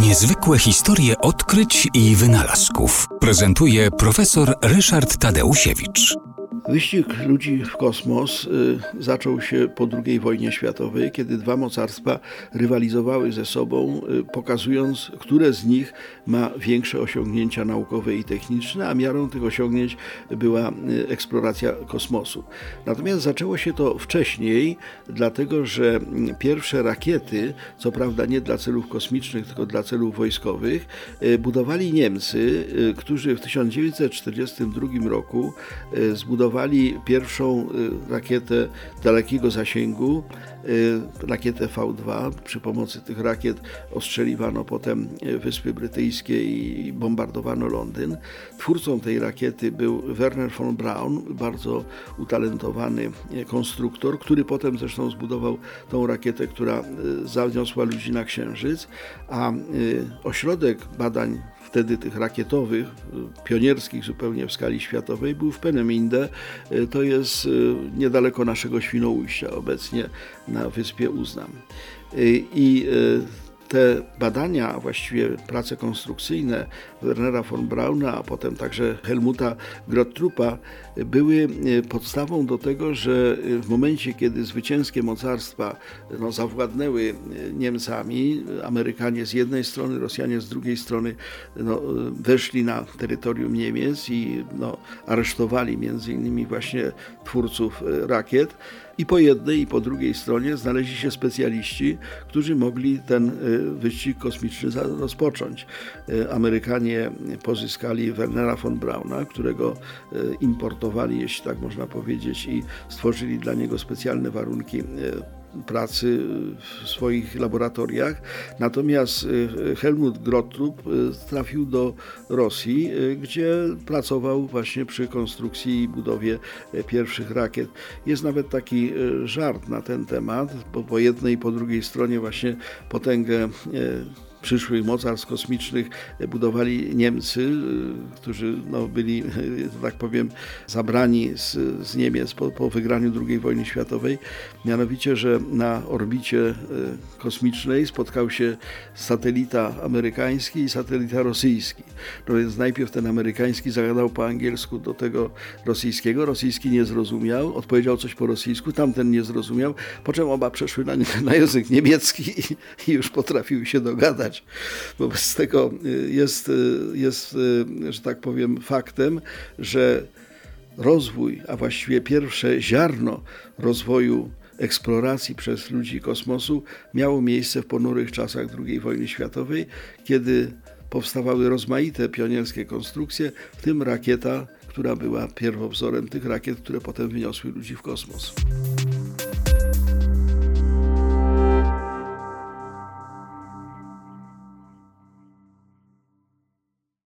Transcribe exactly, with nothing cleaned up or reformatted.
Niezwykłe historie odkryć i wynalazków prezentuje profesor Ryszard Tadeusiewicz. Wyścig ludzi w kosmos y, zaczął się po drugiej wojnie światowej, kiedy dwa mocarstwa rywalizowały ze sobą, y, pokazując, które z nich ma większe osiągnięcia naukowe i techniczne, a miarą tych osiągnięć była y, eksploracja kosmosu. Natomiast zaczęło się to wcześniej, dlatego że pierwsze rakiety, co prawda nie dla celów kosmicznych, tylko dla celów wojskowych, y, budowali Niemcy, y, którzy w tysiąc dziewięćset czterdziestym drugim roku y, zbudowali pierwszą rakietę dalekiego zasięgu, rakietę V dwa. Przy pomocy tych rakiet ostrzeliwano potem Wyspy Brytyjskie i bombardowano Londyn. Twórcą tej rakiety był Wernher von Braun, bardzo utalentowany konstruktor, który potem zresztą zbudował tą rakietę, która zaniosła ludzi na Księżyc, a ośrodek badań wtedy tych rakietowych, pionierskich zupełnie w skali światowej, był w Peenemünde. To jest niedaleko naszego Świnoujścia, obecnie na wyspie Uznam. I te badania, a właściwie prace konstrukcyjne Wernera von Brauna, a potem także Helmuta Grottrupa były podstawą do tego, że w momencie, kiedy zwycięskie mocarstwa no, zawładnęły Niemcami, Amerykanie z jednej strony, Rosjanie z drugiej strony no, weszli na terytorium Niemiec i no, aresztowali między innymi właśnie twórców rakiet, i po jednej i po drugiej stronie znaleźli się specjaliści, którzy mogli ten wyścig kosmiczny rozpocząć. Amerykanie pozyskali Wernera von Brauna, którego importowali, jeśli tak można powiedzieć, i stworzyli dla niego specjalne warunki pracy w swoich laboratoriach. Natomiast Helmut Grottrup trafił do Rosji, gdzie pracował właśnie przy konstrukcji i budowie pierwszych rakiet. Jest nawet taki żart na ten temat, bo po jednej i po drugiej stronie właśnie potęgę przyszłych mocarstw kosmicznych budowali Niemcy, którzy no, byli, że tak powiem, zabrani z, z Niemiec po, po wygraniu drugiej wojny światowej. Mianowicie, że na orbicie kosmicznej spotkał się satelita amerykański i satelita rosyjski. No więc najpierw ten amerykański zagadał po angielsku do tego rosyjskiego. Rosyjski nie zrozumiał, odpowiedział coś po rosyjsku, tamten nie zrozumiał, po czym oba przeszły na, na język niemiecki i, i już potrafiły się dogadać. Wobec tego jest, jest, że tak powiem, faktem, że rozwój, a właściwie pierwsze ziarno rozwoju eksploracji przez ludzi kosmosu miało miejsce w ponurych czasach drugiej wojny światowej, kiedy powstawały rozmaite pionierskie konstrukcje, w tym rakieta, która była pierwowzorem tych rakiet, które potem wyniosły ludzi w kosmos.